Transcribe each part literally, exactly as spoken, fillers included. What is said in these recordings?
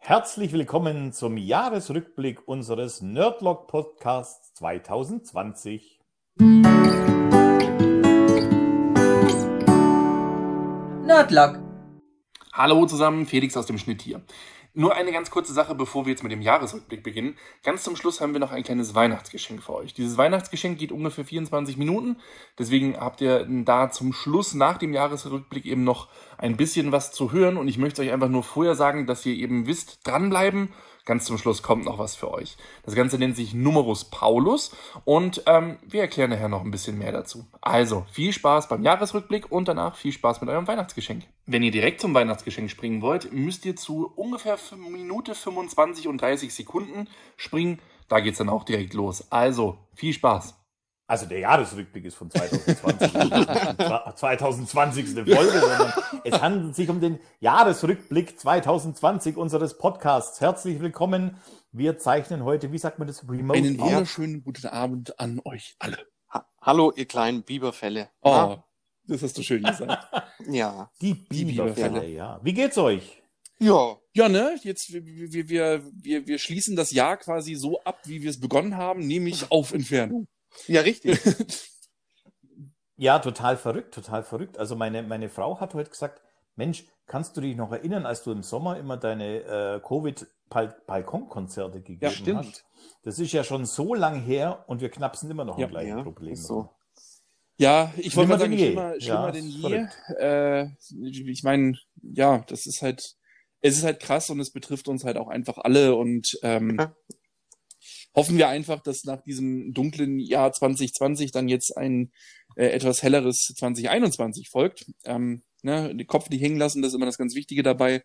Herzlich willkommen zum Jahresrückblick unseres Nerdlock-Podcasts zwanzig zwanzig. Nerdlock. Hallo zusammen, Felix aus dem Schnitt hier. Nur eine ganz kurze Sache, bevor wir jetzt mit dem Jahresrückblick beginnen. Ganz zum Schluss haben wir noch ein kleines Weihnachtsgeschenk für euch. Dieses Weihnachtsgeschenk geht ungefähr vierundzwanzig Minuten. Deswegen habt ihr da zum Schluss nach dem Jahresrückblick eben noch ein bisschen was zu hören. Und ich möchte euch einfach nur vorher sagen, dass ihr eben wisst, dranbleiben. Ganz zum Schluss kommt noch was für euch. Das Ganze nennt sich Numerus Paulus und ähm, wir erklären nachher noch ein bisschen mehr dazu. Also, viel Spaß beim Jahresrückblick und danach viel Spaß mit eurem Weihnachtsgeschenk. Wenn ihr direkt zum Weihnachtsgeschenk springen wollt, müsst ihr zu ungefähr Minute fünfundzwanzig und dreißig Sekunden springen. Da geht's dann auch direkt los. Also, viel Spaß. Also der Jahresrückblick ist von zwanzig zwanzig, zwanzig zwanzig. Folge, sondern es handelt sich um den Jahresrückblick zwanzig zwanzig unseres Podcasts. Herzlich willkommen. Wir zeichnen heute, wie sagt man das, remote? Einen wunderschönen guten Abend an euch alle. Ha- Hallo, ihr kleinen Biberfälle. Oh, ja? Das hast du schön gesagt. Ja. Die Biberfälle, ja. Wie geht's euch? Ja. Ja, ne? Jetzt, wir, wir, wir, wir, wir schließen das Jahr quasi so ab, wie wir es begonnen haben, nämlich auf Entfernung. Ja, richtig. Ja, total verrückt, total verrückt. Also meine, meine Frau hat heute gesagt, Mensch, kannst du dich noch erinnern, als du im Sommer immer deine äh, Covid-Balkonkonzerte gegeben ja, stimmt. hast? Das ist ja schon so lang her und wir knapsen immer noch ja, ein gleiches ja, Problem. So. Ja, ich wollte mal sagen, schlimmer, schlimmer ja, denn je. Äh, ich meine, ja, das ist halt, es ist halt krass und es betrifft uns halt auch einfach alle und ähm, ja. Hoffen wir einfach, dass nach diesem dunklen Jahr zwanzig zwanzig dann jetzt ein äh, etwas helleres zwanzig einundzwanzig folgt. Ähm, ne, den Kopf nicht hängen lassen, das ist immer das ganz Wichtige dabei.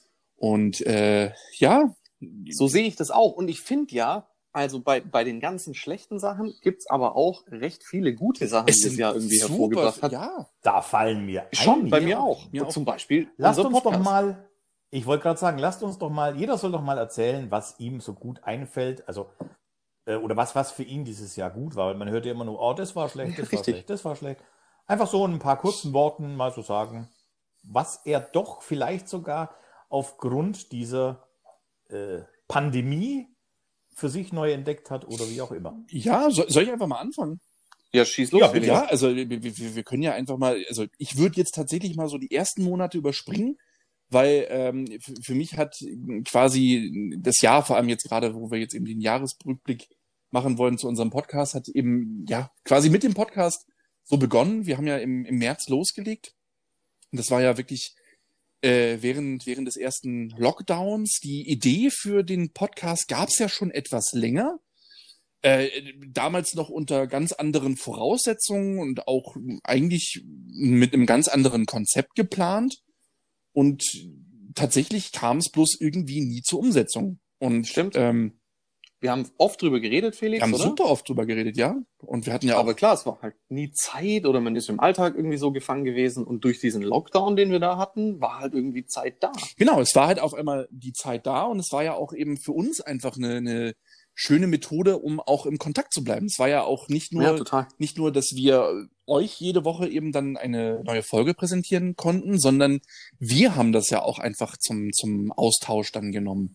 Und äh, ja. So sehe ich das auch. Und ich finde ja, also bei, bei den ganzen schlechten Sachen gibt's aber auch recht viele gute Sachen, es die das Jahr irgendwie super, hervorgebracht hat. Ja. Da fallen mir Schon, bei mir auch. auch. Mir Und auch. zum Beispiel Lasst uns Podcast. doch mal... Ich wollte gerade sagen, lasst uns doch mal, jeder soll doch mal erzählen, was ihm so gut einfällt, also äh, oder was, was für ihn dieses Jahr gut war. Weil man hört ja immer nur, oh, das war schlecht, das ja, war schlecht, das war schlecht. Einfach so in ein paar kurzen Worten mal so sagen, was er doch vielleicht sogar aufgrund dieser äh, Pandemie für sich neu entdeckt hat oder wie auch immer. Ja, so, soll ich einfach mal anfangen? Ja, schieß los. Ja, ja, also wir, wir, wir können ja einfach mal, also ich würde jetzt tatsächlich mal so die ersten Monate überspringen, weil ähm, für, für mich hat quasi das Jahr, vor allem jetzt gerade, wo wir jetzt eben den Jahresrückblick machen wollen zu unserem Podcast, hat eben ja quasi mit dem Podcast so begonnen. Wir haben ja im, im März losgelegt und das war ja wirklich äh, während während des ersten Lockdowns. Die Idee für den Podcast gab es ja schon etwas länger. Äh, damals noch unter ganz anderen Voraussetzungen und auch eigentlich mit einem ganz anderen Konzept geplant. Und tatsächlich kam es bloß irgendwie nie zur Umsetzung. Und stimmt. Ähm, wir haben oft drüber geredet, Felix, Wir haben oder? super oft drüber geredet, ja. Und wir hatten ja auch... Aber klar, es war halt nie Zeit oder man ist im Alltag irgendwie so gefangen gewesen. Und durch diesen Lockdown, den wir da hatten, war halt irgendwie Zeit da. Genau, es war halt auf einmal die Zeit da und es war ja auch eben für uns einfach eine, eine schöne Methode, um auch im Kontakt zu bleiben. Es war ja auch nicht nur, ja, total. nicht nur, dass wir euch jede Woche eben dann eine neue Folge präsentieren konnten, sondern wir haben das ja auch einfach zum, zum Austausch dann genommen.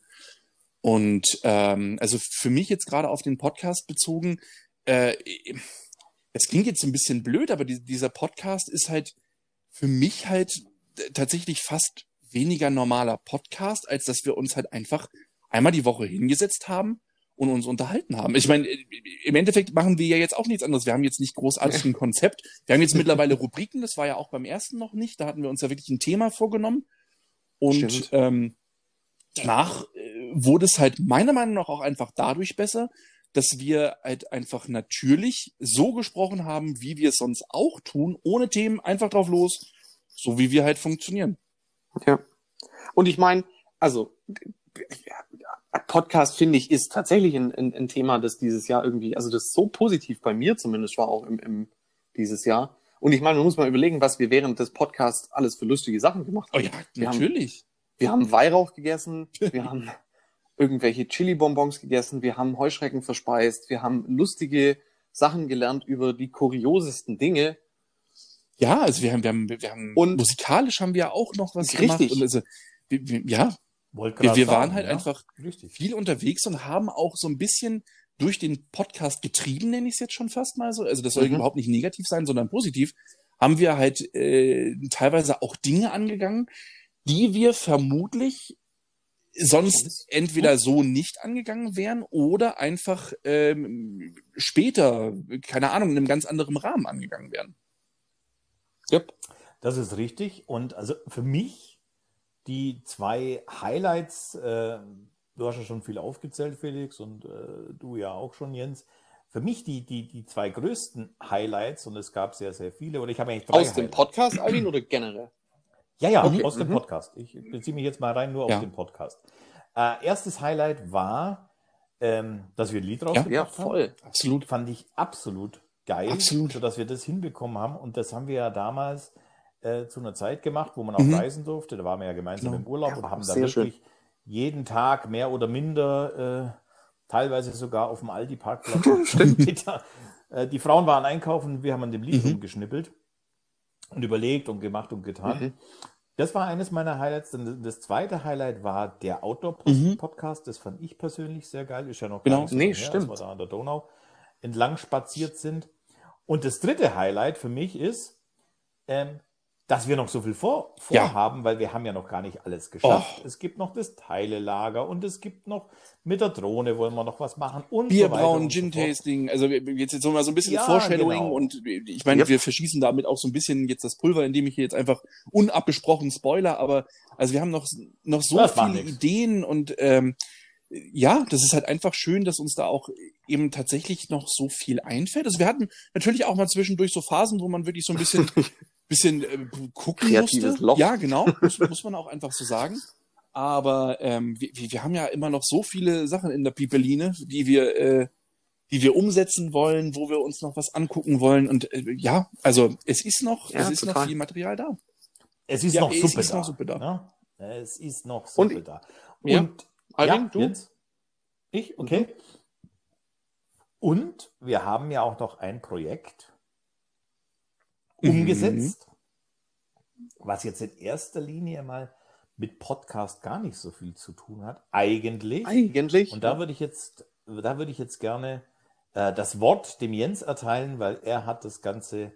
Und ähm, also für mich jetzt gerade auf den Podcast bezogen, äh, es klingt jetzt ein bisschen blöd, aber die, dieser Podcast ist halt für mich halt tatsächlich fast weniger normaler Podcast, als dass wir uns halt einfach einmal die Woche hingesetzt haben und uns unterhalten haben. Ich meine, im Endeffekt machen wir ja jetzt auch nichts anderes. Wir haben jetzt nicht großartig ein Konzept. Wir haben jetzt mittlerweile Rubriken, das war ja auch beim ersten noch nicht. Da hatten wir uns ja wirklich ein Thema vorgenommen. Und ähm, danach äh, wurde es halt meiner Meinung nach auch einfach dadurch besser, dass wir halt einfach natürlich so gesprochen haben, wie wir es sonst auch tun, ohne Themen, einfach drauf los, so wie wir halt funktionieren. Ja. Und ich meine, also Podcast, finde ich, ist tatsächlich ein, ein, ein Thema, das dieses Jahr irgendwie, also das so positiv bei mir zumindest war auch im, im dieses Jahr. Und ich meine, man muss mal überlegen, was wir während des Podcasts alles für lustige Sachen gemacht haben. Oh ja, wir natürlich. Haben, wir haben Weihrauch gegessen, wir haben irgendwelche Chili-Bonbons gegessen, wir haben Heuschrecken verspeist, wir haben lustige Sachen gelernt über die kuriosesten Dinge. Ja, also wir haben, wir haben, wir haben und musikalisch haben wir auch noch was richtig. gemacht. Und also, wir, wir, ja. Wollte Wir, grad wir sagen, waren halt ja. einfach Richtig. viel unterwegs und haben auch so ein bisschen durch den Podcast getrieben, nenne ich es jetzt schon fast mal so. Also das soll Mhm. überhaupt nicht negativ sein, sondern positiv. Haben wir halt äh, teilweise auch Dinge angegangen, die wir vermutlich sonst entweder so nicht angegangen wären oder einfach ähm, später, keine Ahnung, in einem ganz anderen Rahmen angegangen wären. Yep. Das ist richtig. Und also für mich die zwei Highlights, äh, du hast ja schon viel aufgezählt, Felix, und äh, du ja auch schon, Jens. Für mich die, die, die zwei größten Highlights, und es gab sehr, sehr viele, oder ich habe eigentlich drei Aus dem Highlights. Podcast, Alvin, oder generell? Ja, ja, Okay. aus dem Mhm. Podcast. Ich beziehe mich jetzt mal rein nur auf Ja. den Podcast. Äh, erstes Highlight war, ähm, dass wir ein Lied Ja, rausgebracht haben. voll. Absolut. Fand ich absolut geil, Absolut. sodass wir das hinbekommen haben. Und das haben wir ja damals äh, zu einer Zeit gemacht, wo man auch Mhm. reisen durfte. Da waren wir ja gemeinsam Genau. im Urlaub Ja, und haben da sehr schön. wirklich jeden Tag mehr oder minder, äh, teilweise sogar auf dem Aldi-Parkplatz. äh, die Frauen waren einkaufen, wir haben an dem Lied Mhm. rumgeschnippelt und überlegt und gemacht und getan. Mhm. Das war eines meiner Highlights. Und das zweite Highlight war der Mhm. Outdoor-Podcast. Das fand ich persönlich sehr geil. Ist ja noch Genau. gar nicht so Nee, lange her, stimmt. als wir da an der Donau entlang spaziert sind. Und das dritte Highlight für mich ist, ähm, dass wir noch so viel vor, Ja. vorhaben, weil wir haben ja noch gar nicht alles geschafft. Es gibt noch das Teilelager und es gibt noch mit der Drohne wollen wir noch was machen und so weiter Bierbrauen, und so fort. Gin-Tasting, also wir- wir- jetzt, jetzt so mal so ein bisschen Ja, Foreshadowing genau. und ich meine, Yep. wir verschießen damit auch so ein bisschen jetzt das Pulver, indem ich hier jetzt einfach unabgesprochen Spoiler, aber also wir haben noch, noch so Das macht viele nix. Ideen und ähm, ja, das ist halt einfach schön, dass uns da auch eben tatsächlich noch so viel einfällt. Also wir hatten natürlich auch mal zwischendurch so Phasen, wo man wirklich so ein bisschen, bisschen äh, gucken Kreatives musste. Loch. Ja, genau, muss, muss man auch einfach so sagen. Aber ähm, wir, wir wir haben ja immer noch so viele Sachen in der Pipeline, die wir, äh, die wir umsetzen wollen, wo wir uns noch was angucken wollen. Und äh, ja, also es ist noch, Ja, es ist noch total. viel Material da. Es ist Ja, noch es Suppe ist da. noch Suppe da. Ne? Es ist noch Suppe Und- da. Ja. Und Alvin, ja, du? Jens? Ich? Okay. Und wir haben ja auch noch ein Projekt Mhm. umgesetzt, was jetzt in erster Linie mal mit Podcast gar nicht so viel zu tun hat, eigentlich. Eigentlich. Und da würde ich jetzt, da würde ich jetzt gerne äh, das Wort dem Jens erteilen, weil er hat das Ganze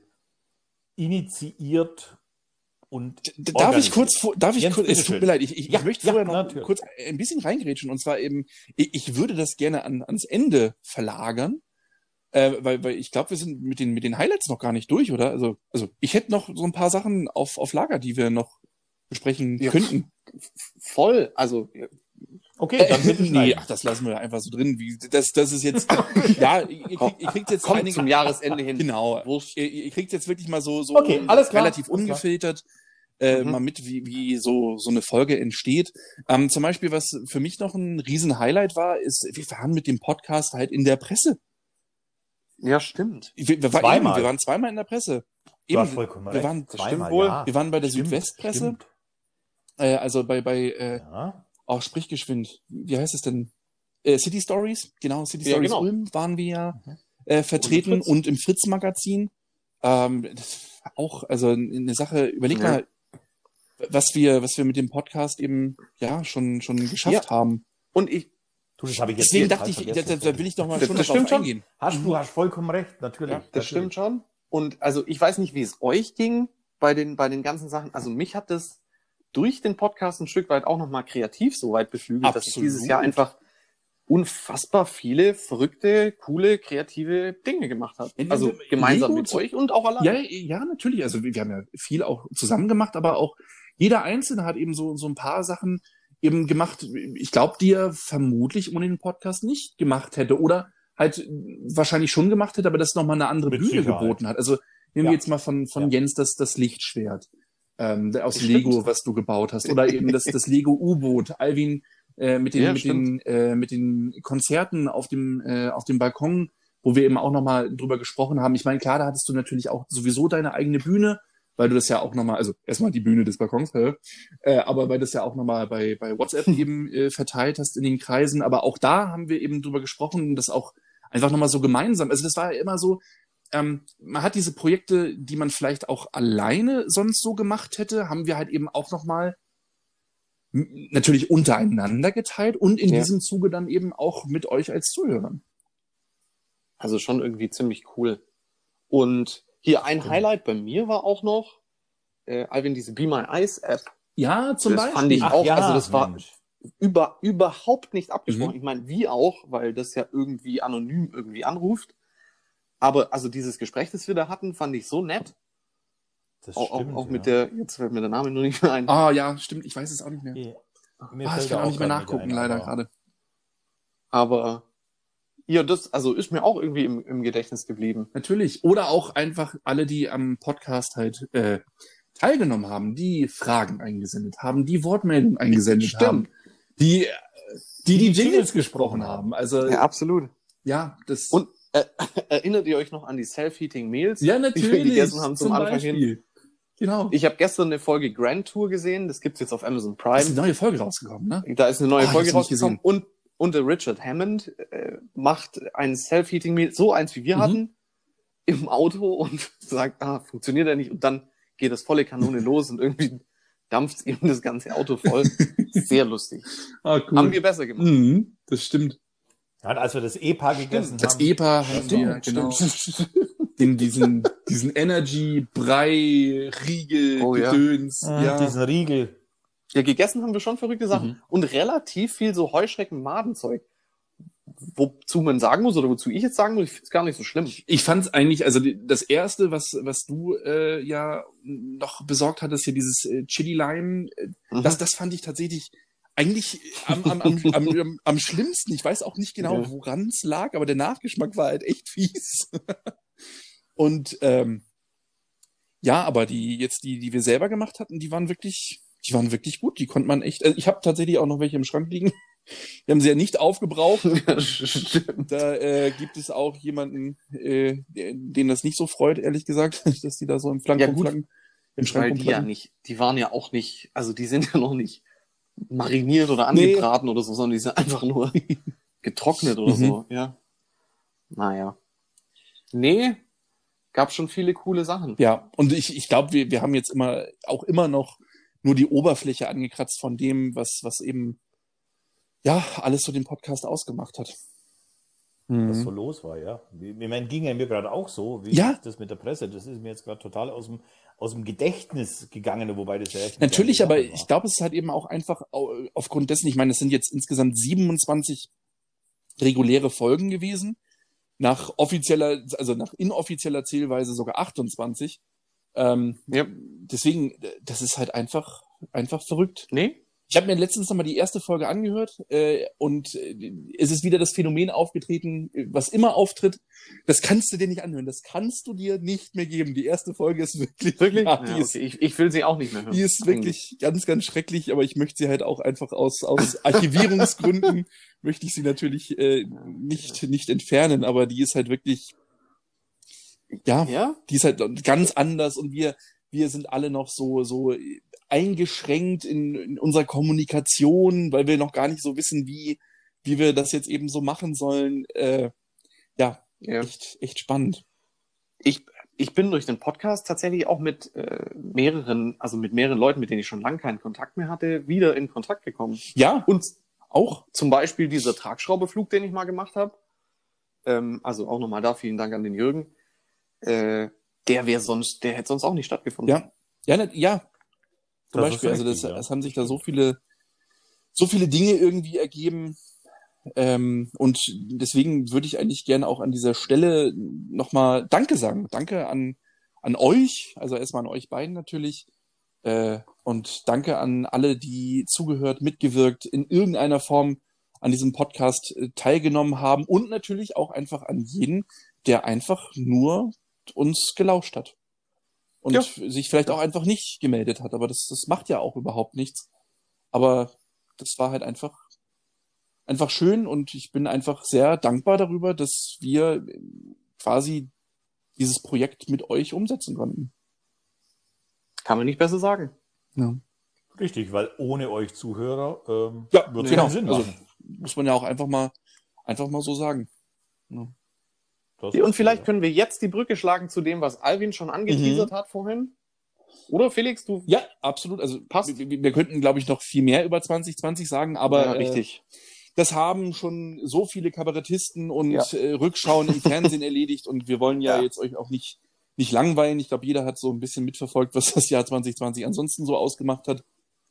initiiert und D- Darf ich organisiert. kurz, vor- darf ich Jens, kurz, es tut bitteschön. mir leid, ich, ich, Ja, ich möchte ja, vorher noch natürlich. kurz ein bisschen reingrätschen und zwar eben, ich, ich würde das gerne an, ans Ende verlagern, äh, weil, weil ich glaube, wir sind mit den, mit den Highlights noch gar nicht durch, oder? Also, also ich hätte noch so ein paar Sachen auf, auf Lager, die wir noch besprechen Ja. könnten. Voll. Also, Okay, dann bitte nee, schneiden. ach, das lassen wir einfach so drin. Wie, das, das ist jetzt, ja, ihr, kriegt, ihr kriegt jetzt kommt einige- zum Jahresende hin. Genau. Wurscht. Ihr, ihr kriegt jetzt wirklich mal so, so Okay, alles klar, relativ alles klar. ungefiltert äh, Mhm. mal mit, wie, wie so, so eine Folge entsteht. Ähm, zum Beispiel, was für mich noch ein riesen Highlight war, ist, wir waren mit dem Podcast halt in der Presse. Ja, stimmt. Wir, wir, war Zweimal. Eben, wir waren zweimal in der Presse. Du hast Eben, vollkommen wir recht. waren- zweimal, wohl. ja. wir waren bei der Stimmt, Südwestpresse, stimmt. äh, also bei, bei äh, Ja. auch sprich geschwind, wie heißt es denn? Äh, City Stories, genau, City Ja, Stories genau. Ulm waren wir ja Mhm. äh, vertreten Fritz. und im Fritz-Magazin. Ähm, das war auch, also eine Sache, überleg Ja. mal, was wir, was wir mit dem Podcast eben ja schon, schon geschafft Ja. haben. Und ich, Du, das habe ich jetzt Deswegen total dachte ich, da, vergessen. da, da will ich doch mal Das- schon das drauf stimmt schon. eingehen. Hast du hast vollkommen recht, natürlich. Ja, das natürlich. stimmt schon. Und also ich weiß nicht, wie es euch ging bei den, bei den ganzen Sachen. Also mich hat das durch den Podcast ein Stück weit auch nochmal kreativ so weit beflügelt, dass ich Absolut. dieses Jahr einfach unfassbar viele verrückte, coole, kreative Dinge gemacht habe. Ja, Also Lego gemeinsam mit zu- euch und auch allein. Ja, ja, natürlich. Also wir, wir haben ja viel auch zusammen gemacht, aber auch jeder Einzelne hat eben so, so ein paar Sachen eben gemacht, ich glaube, die er vermutlich ohne den Podcast nicht gemacht hätte oder halt wahrscheinlich schon gemacht hätte, aber das nochmal eine andere Mit Bühne Sicherheit. geboten hat. Also nehmen Ja. wir jetzt mal von, von Ja. Jens das, das Lichtschwert ähm, aus Das Lego, stimmt. was du gebaut hast oder eben das, das Lego U-Boot. Alvin äh, mit den, Ja, mit den, äh, mit den Konzerten auf dem, äh, auf dem Balkon, wo wir eben auch nochmal drüber gesprochen haben. Ich meine, klar, da hattest du natürlich auch sowieso deine eigene Bühne, weil du das ja auch nochmal, also erstmal die Bühne des Balkons, hä? äh, aber weil du das ja auch nochmal bei, bei WhatsApp eben äh, verteilt hast in den Kreisen. Aber auch da haben wir eben drüber gesprochen, das auch einfach nochmal so gemeinsam. Also das war ja immer so, ähm, man hat diese Projekte, die man vielleicht auch alleine sonst so gemacht hätte, haben wir halt eben auch nochmal m- natürlich untereinander geteilt und in Ja. diesem Zuge dann eben auch mit euch als Zuhörern. Also schon irgendwie ziemlich cool. Und hier ein Highlight bei mir war auch noch, äh, Alvin, diese Be My Eyes App. Ja, zum Das Beispiel. fand ich Ach auch, ja, also das war Mensch. über, überhaupt nicht abgesprochen. Mhm. Ich meine, wie auch, weil das ja irgendwie anonym irgendwie anruft. Aber also dieses Gespräch, das wir da hatten, fand ich so nett. Das Auch, auch, stimmt, auch ja. mit der, jetzt fällt mir der Name nur nicht mehr ein. Ah ja, stimmt, ich weiß es auch nicht mehr. Ja. Mir Ah, fällt ich kann er auch nicht mehr grad nachgucken, ein, leider aber- gerade. Aber ja, das also ist mir auch irgendwie im, im Gedächtnis geblieben. Natürlich. Oder auch einfach alle, die am Podcast halt äh, teilgenommen haben, die Fragen eingesendet haben, die Wortmeldungen eingesendet Stimmt. haben, die äh, die, die Die Jingles gesprochen haben. Also Ja, absolut. ja, das Und äh, erinnert ihr euch noch an die Self-Heating Meals, ja die wir natürlich gegessen haben zum, zum Anfang hin? Beispiel. Genau. Ich habe gestern eine Folge Grand Tour gesehen, das gibt's jetzt auf Amazon ist eine Prime. neue Folge rausgekommen, ne? Da ist eine neue Ah, Folge ich hab's nicht rausgekommen und, und der Richard Hammond äh, macht ein Self-Heating Meal, so eins wie wir Mhm. hatten, im Auto und sagt, ah, funktioniert ja nicht. Und dann geht das volle Kanone los und irgendwie dampft ihm das ganze Auto voll. Sehr lustig. Ah, cool. Haben wir besser gemacht. Mhm, das stimmt. Ja, als wir das E P A gegessen Das haben. E P A haben wir, genau. In diesen, diesen Energy, Brei, Riegel, Oh, ja. Gedöns. Ja. Ja. Diesen Riegel. Ja, gegessen haben wir schon verrückte Sachen. Mhm. Und relativ viel so Heuschrecken-Madenzeug. Wozu man sagen muss, oder wozu ich jetzt sagen muss, ich finde es gar nicht so schlimm. Ich fand es eigentlich, also die, das erste, was was du äh, ja noch besorgt hattest, hier dieses äh, Chili Lime, äh, Mhm. das das fand ich tatsächlich eigentlich am am, am, am, am, am schlimmsten. Ich weiß auch nicht genau, Ja. woran es lag, aber der Nachgeschmack war halt echt fies. Und ähm, ja, aber die jetzt die die wir selber gemacht hatten, die waren wirklich, die waren wirklich gut. Die konnte man echt. Also ich habe tatsächlich auch noch welche im Schrank liegen. Wir haben sie ja nicht aufgebraucht. Ja, stimmt. Da äh, gibt es auch jemanden, äh, der- den das nicht so freut, ehrlich gesagt, dass die da so im Flank Ja, gut. rumflanken, im Schrank Weil die ja rumflanken. nicht, die waren ja auch nicht, also die sind ja noch nicht mariniert oder Nee. angebraten oder so, sondern die sind einfach nur getrocknet oder Mhm. so, ja. Naja. Nee, gab schon viele coole Sachen. Ja, und ich, ich glaube, wir, wir haben jetzt immer auch immer noch nur die Oberfläche angekratzt von dem, was, was eben ja alles so den Podcast ausgemacht hat. Was Mhm. so los war, ja. Wie- Ich meine, ging ja mir gerade auch so, wie Ja. das mit der Presse. Das ist mir jetzt gerade total aus dem, aus dem Gedächtnis gegangen, wobei das ja echt. Natürlich, eine aber kleine Sache ich glaube, es ist halt eben auch einfach au- aufgrund dessen, ich meine, es sind jetzt insgesamt siebenundzwanzig reguläre Folgen gewesen. Nach offizieller, also nach inoffizieller Zählweise sogar achtundzwanzig. Ähm, Ja. Deswegen, das ist halt einfach, einfach verrückt. Nee? Ich habe mir letztens nochmal die erste Folge angehört äh, und äh, es ist wieder das Phänomen aufgetreten, äh, was immer auftritt. Das kannst du dir nicht anhören. Das kannst du dir nicht mehr geben. Die erste Folge ist wirklich, Wirklich? Ja, die Ja, ist okay. ich, ich will sie auch nicht mehr hören. die ist wirklich ganz, ganz schrecklich, aber ich möchte sie halt auch einfach aus, aus Archivierungsgründen möchte ich sie natürlich äh, nicht, nicht entfernen, aber die ist halt wirklich, ja, Ja? die ist halt ganz anders und wir, wir sind alle noch so, so eingeschränkt in, in unserer Kommunikation, weil wir noch gar nicht so wissen, wie, wie wir das jetzt eben so machen sollen. Äh, ja, Ja. echt, echt spannend. Ich, ich bin durch den Podcast tatsächlich auch mit äh, mehreren, also mit mehreren Leuten, mit denen ich schon lange keinen Kontakt mehr hatte, wieder in Kontakt gekommen. Ja, Und auch. zum Beispiel dieser Tragschraubeflug, den ich mal gemacht habe. Ähm, also auch nochmal da vielen Dank an den Jürgen. Äh, der wäre sonst, der hätte sonst auch nicht stattgefunden. Ja, ja, ne, ja. Zum Das ist Beispiel, also das, richtig, ja. es haben sich da so viele, so viele Dinge irgendwie ergeben. Ähm, und deswegen würde ich eigentlich gerne auch an dieser Stelle nochmal Danke sagen. Danke an, an euch, also erstmal an euch beiden natürlich. Äh, und danke an alle, die zugehört, mitgewirkt, in irgendeiner Form an diesem Podcast äh, teilgenommen haben. Und natürlich auch einfach an jeden, der einfach nur uns gelauscht hat. Und Ja. sich vielleicht auch einfach nicht gemeldet hat. Aber das, das macht ja auch überhaupt nichts. Aber das war halt einfach, einfach schön und ich bin einfach sehr dankbar darüber, dass wir quasi dieses Projekt mit euch umsetzen konnten. Kann man nicht besser sagen. Ja. Richtig, weil ohne euch Zuhörer ähm, Ja, wird es genau. keinen Sinn Also, machen. muss man ja auch einfach mal, einfach mal so sagen. Ja. Das Und ist vielleicht so, können wir jetzt die Brücke schlagen zu dem, was Alvin schon angeteasert hat vorhin. Oder Felix, du? Ja, absolut. Also Passt. wir, wir könnten, glaube ich, noch viel mehr über zwanzig zwanzig sagen, aber ja, äh, richtig. das haben schon so viele Kabarettisten und Ja. äh, Rückschauen im Fernsehen erledigt und wir wollen ja, Ja. jetzt euch auch nicht, nicht langweilen. Ich glaube, jeder hat so ein bisschen mitverfolgt, was das Jahr zwanzig zwanzig ansonsten so ausgemacht hat.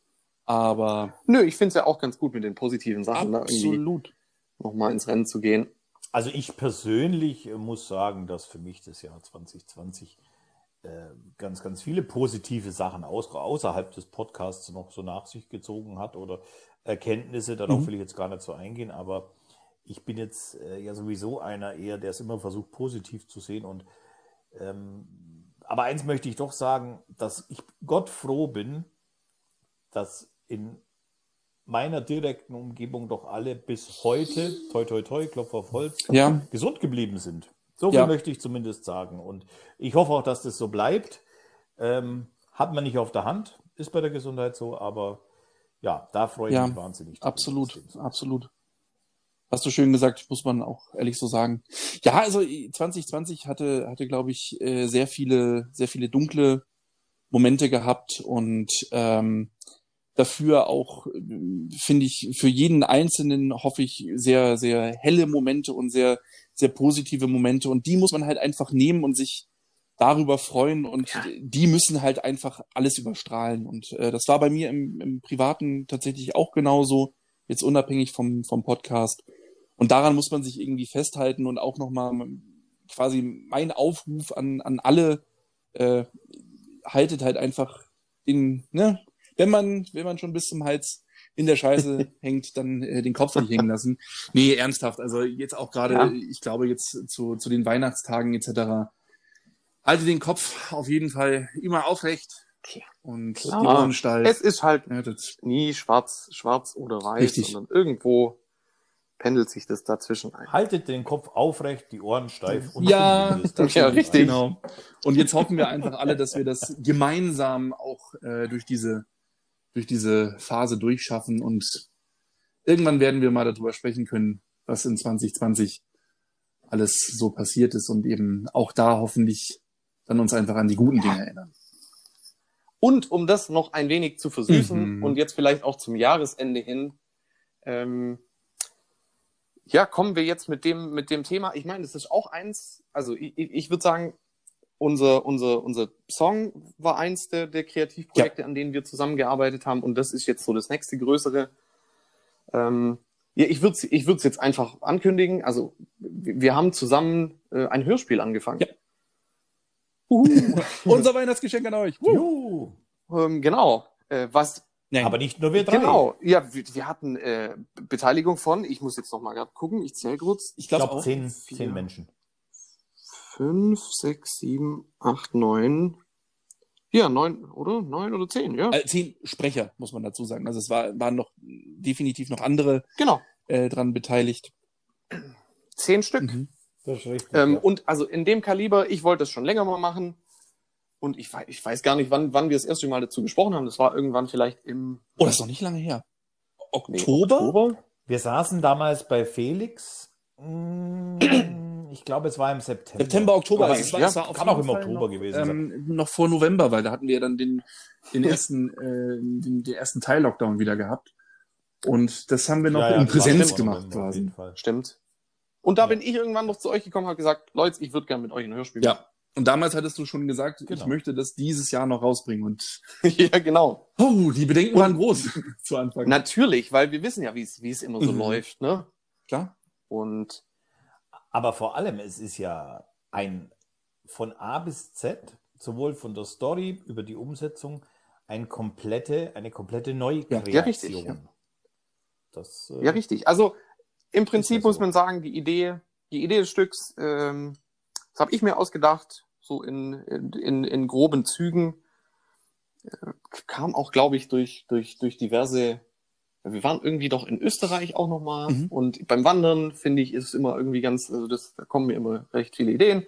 Aber Nö, ich finde es ja auch ganz gut mit den positiven Sachen, da irgendwie absolut. nochmal ins Rennen zu gehen. Also ich persönlich äh, muss sagen, dass für mich das Jahr zwanzig zwanzig äh, ganz, ganz viele positive Sachen aus, außerhalb des Podcasts noch so nach sich gezogen hat oder Erkenntnisse, darauf Mhm. will ich jetzt gar nicht so eingehen, aber ich bin jetzt äh, ja sowieso einer eher, der es immer versucht, positiv zu sehen und ähm, aber eins möchte ich doch sagen, dass ich Gott froh bin, dass in meiner direkten Umgebung doch alle bis heute, toi toi toi, Klopf auf Holz, Ja, gesund geblieben sind. So viel Ja. möchte ich zumindest sagen. Und ich hoffe auch, dass das so bleibt. Ähm, hat man nicht auf der Hand, ist bei der Gesundheit so, aber ja, da freue ich Ja, mich wahnsinnig. drüber, absolut, dass dem so ist. absolut. Hast du schön gesagt, muss man auch ehrlich so sagen. Ja, also zwanzig zwanzig hatte, hatte, glaube ich, äh, sehr viele, sehr viele dunkle Momente gehabt und ähm, dafür auch, äh, finde ich, für jeden Einzelnen hoffe ich sehr, sehr helle Momente und sehr, sehr positive Momente und die muss man halt einfach nehmen und sich darüber freuen und Ja. die müssen halt einfach alles überstrahlen und äh, das war bei mir im, im Privaten tatsächlich auch genauso, jetzt unabhängig vom, vom Podcast. Und daran muss man sich irgendwie festhalten und auch nochmal quasi mein Aufruf an, an alle, äh, haltet halt einfach den, ne, wenn man, wenn man schon bis zum Hals in der Scheiße hängt, dann äh, den Kopf nicht hängen lassen. Nee, ernsthaft, also jetzt auch gerade, Ja. ich glaube jetzt zu, zu den Weihnachtstagen et cetera. Halte den Kopf auf jeden Fall immer aufrecht Okay. und Klar. die Ohren steif. Es ist halt Ja, das, nie schwarz, schwarz oder weiß, Richtig. sondern irgendwo pendelt sich das dazwischen ein. Haltet den Kopf aufrecht, die Ohren steif und Ja, zumindest das Ja, das richtig. Genau. Und jetzt hoffen wir einfach alle, dass wir das gemeinsam auch äh, durch diese durch diese Phase durchschaffen und irgendwann werden wir mal darüber sprechen können, was in zwanzig zwanzig alles so passiert ist und eben auch da hoffentlich dann uns einfach an die guten Dinge erinnern. Und um das noch ein wenig zu versüßen Mhm. und jetzt vielleicht auch zum Jahresende hin, ähm, ja, kommen wir jetzt mit dem, mit dem Thema. Ich meine, das ist auch eins, also ich, ich würde sagen, unser, unser, unser Song war eins der, der Kreativprojekte, an denen wir zusammengearbeitet haben und das ist jetzt so das nächste größere. Ähm, ja, ich würde es ich würd's jetzt einfach ankündigen. Also wir wir haben zusammen äh, ein Hörspiel angefangen. Ja. Uhu. Unser Weihnachtsgeschenk an euch. Wuhu. Juhu. Ähm, genau. Äh, was Nein. Aber nicht nur wir drei. Genau, ja, wir, wir hatten äh, Beteiligung von, ich muss jetzt noch mal gerade gucken, ich zähle kurz, ich Ich glaube glaube, auch. zehn, vier. zehn Menschen. fünf, sechs, sieben, acht, neun, ja, neun, oder? Neun oder zehn, ja. Äh, zehn Sprecher, muss man dazu sagen. Also es war, waren noch definitiv noch andere Genau, äh, dran beteiligt. zehn Stück. Mhm. Das ist richtig. Ähm, ja. Und also in dem Kaliber, ich wollte das schon länger mal machen. Und ich weiß, ich weiß gar nicht, wann, wann wir das erste Mal dazu gesprochen haben. Das war irgendwann vielleicht im Oh, das ist noch nicht lange her. nee, Oktober? Oktober. Wir saßen damals bei Felix. mm, Ich glaube, es war im September. September, Oktober. Aber Also es war, ja, es war auf kann jeden auch im Fall Oktober noch, gewesen sein. ähm, noch vor November, weil da hatten wir dann den, den ersten, äh, den, den ersten Teil-Lockdown wieder gehabt. Und das haben wir noch Ja, ja, in das war Präsenz im gemacht November auf quasi. jeden Fall. Stimmt. Und da Ja. bin ich irgendwann noch zu euch gekommen, habe gesagt, Leute, ich würde gerne mit euch ein Hörspiel Ja. Und damals hattest du schon gesagt, ich Genau. möchte das dieses Jahr noch rausbringen. Und machen. Ja, genau. oh, die Bedenken waren groß zu Anfang. Natürlich, weil wir wissen ja, wie es wie es immer so Mhm. läuft, ne? Klar. Und Aber vor allem, es ist ja ein von A bis Z, sowohl von der Story über die Umsetzung, ein komplette, eine komplette Neukreation. Ja, richtig, ja. Das, äh, ja, richtig. Also im Prinzip Ist ja so. muss man sagen, die Idee, die Idee des Stücks, ähm, das habe ich mir ausgedacht, so in, in, in groben Zügen. Äh, kam auch, glaube ich, durch, durch, durch diverse. Wir waren irgendwie doch in Österreich auch nochmal. Mhm. Und beim Wandern, finde ich, ist es immer irgendwie ganz, also das, da kommen mir immer recht viele Ideen.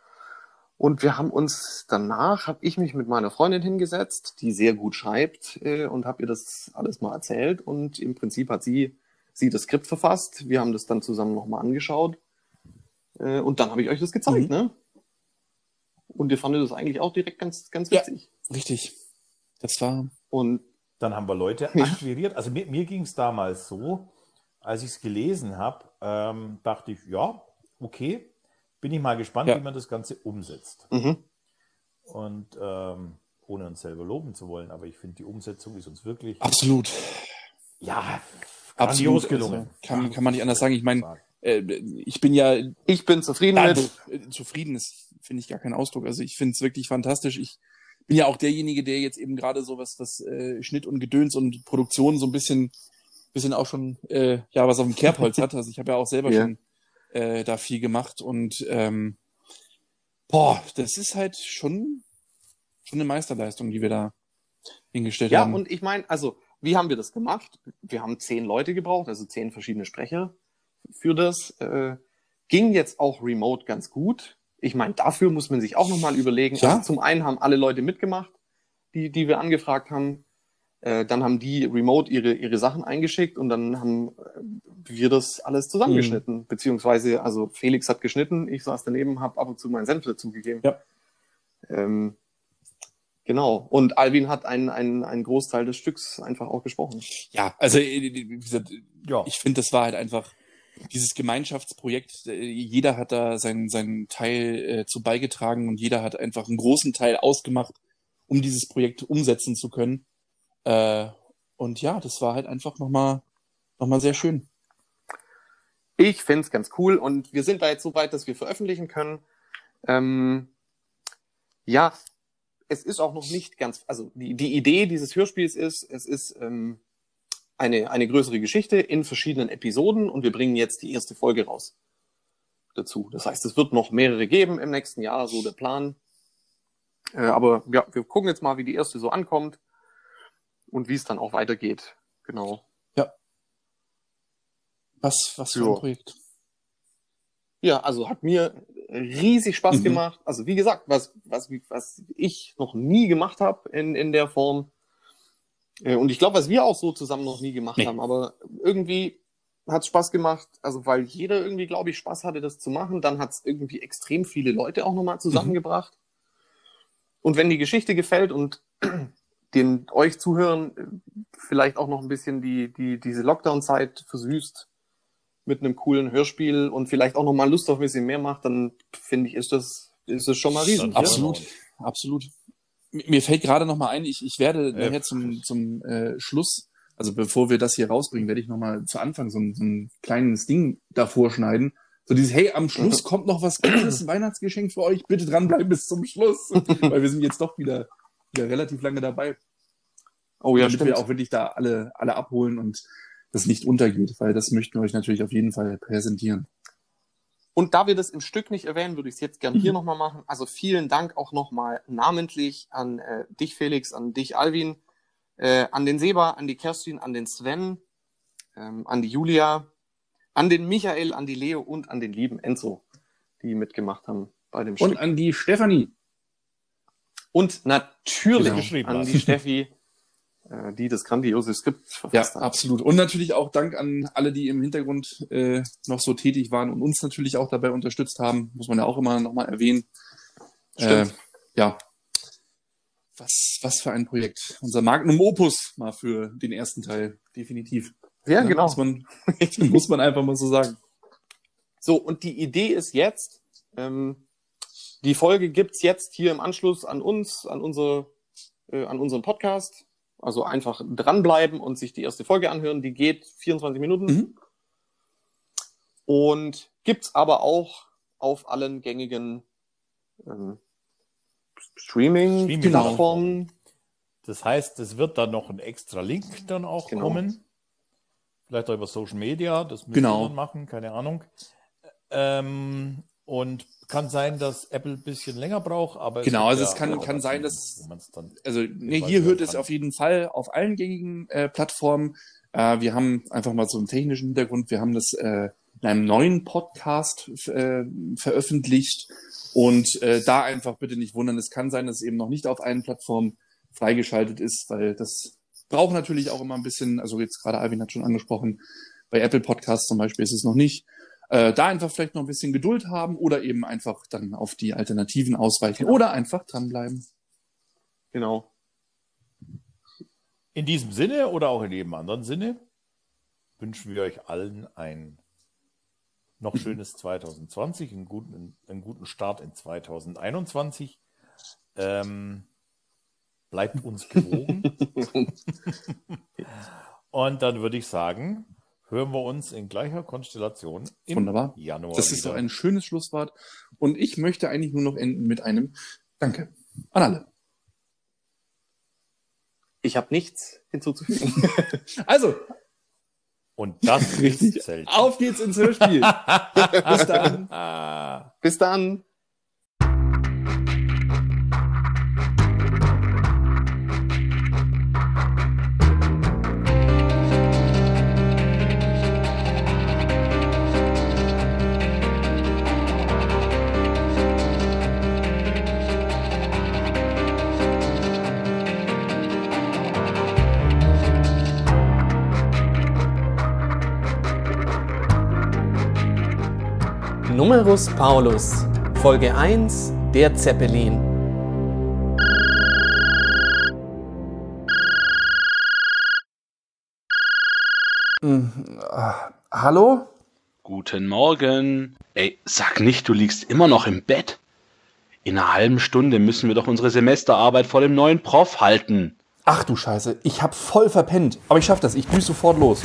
Und wir haben uns danach, habe ich mich mit meiner Freundin hingesetzt, die sehr gut schreibt, äh, und habe ihr das alles mal erzählt. Und im Prinzip hat sie, sie das Skript verfasst. Wir haben das dann zusammen nochmal angeschaut. Äh, und dann habe ich euch das gezeigt, Mhm. ne? Und ihr fandet das eigentlich auch direkt ganz, ganz Ja. witzig. Richtig. Das war. Und Dann haben wir Leute akquiriert. Also mir, mir ging es damals so, als ich es gelesen habe, ähm, dachte ich, ja, okay, bin ich mal gespannt, Ja. wie man das Ganze umsetzt. mhm. Und ähm, ohne uns selber loben zu wollen, aber ich finde, die Umsetzung ist uns wirklich, Absolut. ja, Absolut grandios gelungen. Also, kann, kann man nicht anders sagen. Ich meine, Sagen. äh, ich bin ja ich bin zufrieden Ja, mit. äh, zufrieden ist, finde ich gar keinen Ausdruck. Also ich finde es wirklich fantastisch. Ich bin ja auch derjenige, der jetzt eben gerade so was, was äh, Schnitt und Gedöns und Produktion so ein bisschen, bisschen auch schon, äh, ja, was auf dem Kerbholz hat. Also ich habe ja auch selber Ja. schon äh, da viel gemacht und ähm, boah, das ist halt schon, schon eine Meisterleistung, die wir da hingestellt Ja, haben. und ich meine, also, wie haben wir das gemacht? Wir haben zehn Leute gebraucht, also zehn verschiedene Sprecher für das. Äh, ging jetzt auch remote ganz gut. Ich meine, dafür muss man sich auch nochmal überlegen. Ja. Also zum einen haben alle Leute mitgemacht, die, die wir angefragt haben. Äh, dann haben die remote ihre, ihre Sachen eingeschickt und dann haben äh, wir das alles zusammengeschnitten. Mhm. Beziehungsweise, also Felix hat geschnitten, ich saß daneben, habe ab und zu meinen Senf dazugegeben. Ja. Ähm, genau. Und Alvin hat einen, einen, einen Großteil des Stücks einfach auch gesprochen. Ja, also äh, wie gesagt, Ja, ich finde, das war halt einfach dieses Gemeinschaftsprojekt. äh, Jeder hat da seinen, seinen Teil äh, zu beigetragen und jeder hat einfach einen großen Teil ausgemacht, um dieses Projekt umsetzen zu können. Äh, und ja, das war halt einfach nochmal noch mal sehr schön. Ich finde es ganz cool und wir sind da jetzt so weit, dass wir veröffentlichen können. Ähm, ja, es ist auch noch nicht ganz, also die, die Idee dieses Hörspiels ist, es ist ähm, eine, eine größere Geschichte in verschiedenen Episoden und wir bringen jetzt die erste Folge raus dazu. Das heißt, es wird noch mehrere geben im nächsten Jahr, so der Plan. Äh, aber ja, wir gucken jetzt mal, wie die erste so ankommt und wie es dann auch weitergeht. Genau. Was, was für Ja. ein Projekt. Ja, also hat mir riesig Spaß Mhm. gemacht. Also wie gesagt, was, was, was ich noch nie gemacht habe in, in der Form. Äh, Und ich glaube, was wir auch so zusammen noch nie gemacht Nee. haben. Aber irgendwie hat es Spaß gemacht. Also weil jeder irgendwie, glaube ich, Spaß hatte, das zu machen. Dann hat es irgendwie extrem viele Leute auch nochmal zusammengebracht. Und wenn die Geschichte gefällt und den euch zuhören, äh, vielleicht auch noch ein bisschen die, die, diese Lockdown-Zeit versüßt mit einem coolen Hörspiel und vielleicht auch noch mal Lust auf ein bisschen mehr macht, dann finde ich, ist das, ist das schon mal riesig. Dann Ja? Absolut, absolut. M- Mir fällt gerade noch mal ein, ich, ich werde Ja. nachher zum, zum äh, Schluss, also bevor wir das hier rausbringen, werde ich noch mal zu Anfang so ein, so ein kleines Ding davor schneiden. So dieses, hey, am Schluss kommt noch was Cooles, ein Weihnachtsgeschenk für euch, bitte dranbleiben bis zum Schluss. Weil wir sind jetzt doch wieder, wieder relativ lange dabei. Oh ja, damit stimmt. wir auch wirklich da alle, alle abholen und das nicht untergeht, weil das möchten wir euch natürlich auf jeden Fall präsentieren. Und da wir das im Stück nicht erwähnen, würde ich es jetzt gerne Mhm. hier nochmal machen. Also vielen Dank auch nochmal namentlich an äh, dich, Felix, an dich, Alvin, äh, an den Seba, an die Kerstin, an den Sven, ähm, an die Julia, an den Michael, an die Leo und an den lieben Enzo, die mitgemacht haben bei dem Und Stück. an die Stefanie. Und natürlich Genau. Geschrieben an hast. die Steffi, äh, die das grandiose Skript Ja, verfasst hat. absolut. Und natürlich auch Dank an alle, die im Hintergrund äh, noch so tätig waren und uns natürlich auch dabei unterstützt haben. Muss man ja auch immer nochmal erwähnen. Stimmt. Äh, ja. Was, was für ein Projekt. Unser Magnum Opus mal für den ersten Teil. Definitiv. Ja, Ne? genau. Muss man, muss man einfach mal so sagen. So, und die Idee ist jetzt, ähm, die Folge gibt's jetzt hier im Anschluss an uns, an, unsere, äh, an unseren Podcast. Also einfach dranbleiben und sich die erste Folge anhören. Die geht vierundzwanzig Minuten. Mhm. Und gibt's aber auch auf allen gängigen ähm, Streaming-Plattformen. das heißt, es wird dann noch ein extra Link dann auch Genau. kommen. Vielleicht auch über Social Media, das müssen Genau. wir dann machen, keine Ahnung. Ähm, und kann sein, dass Apple ein bisschen länger braucht, aber Genau, gibt also es kann- auch kann sein, Alternativen, dass- wo man's dann Also ne, weiß hier ich hört auch es gar auf nicht. jeden Fall auf allen gängigen äh, Plattformen. Äh, wir haben einfach mal so einen technischen Hintergrund. Wir haben das äh, in einem neuen Podcast äh, veröffentlicht und äh, da einfach bitte nicht wundern. Es kann sein, dass es eben noch nicht auf allen Plattformen freigeschaltet ist, weil das braucht natürlich auch immer ein bisschen, also jetzt gerade Alvin hat schon angesprochen, bei Apple Podcasts zum Beispiel ist es noch nicht. Äh, da einfach vielleicht noch ein bisschen Geduld haben oder eben einfach dann auf die Alternativen ausweichen Genau. oder einfach dranbleiben. Genau. In diesem Sinne oder auch in jedem anderen Sinne wünschen wir euch allen ein noch schönes zwanzig zwanzig, einen guten, einen guten Start in zwanzig einundzwanzig. Ähm, bleibt uns gewogen. Und dann würde ich sagen, hören wir uns in gleicher Konstellation im Wunderbar. Januar Das ist wieder. doch ein schönes Schlusswort. Und ich möchte eigentlich nur noch enden mit einem Danke an alle. Ich habe nichts hinzuzufügen. Also, Und das richtig. ist selten. Auf geht's ins Hörspiel. Bis dann. Ah. Bis dann. Numerus Paulus, Folge eins, der Zeppelin. Hallo? Guten Morgen. Ey, sag nicht, du liegst immer noch im Bett. In einer halben Stunde müssen wir doch unsere Semesterarbeit vor dem neuen Prof halten. Ach du Scheiße, ich hab voll verpennt. Aber ich schaff das, ich düse sofort los.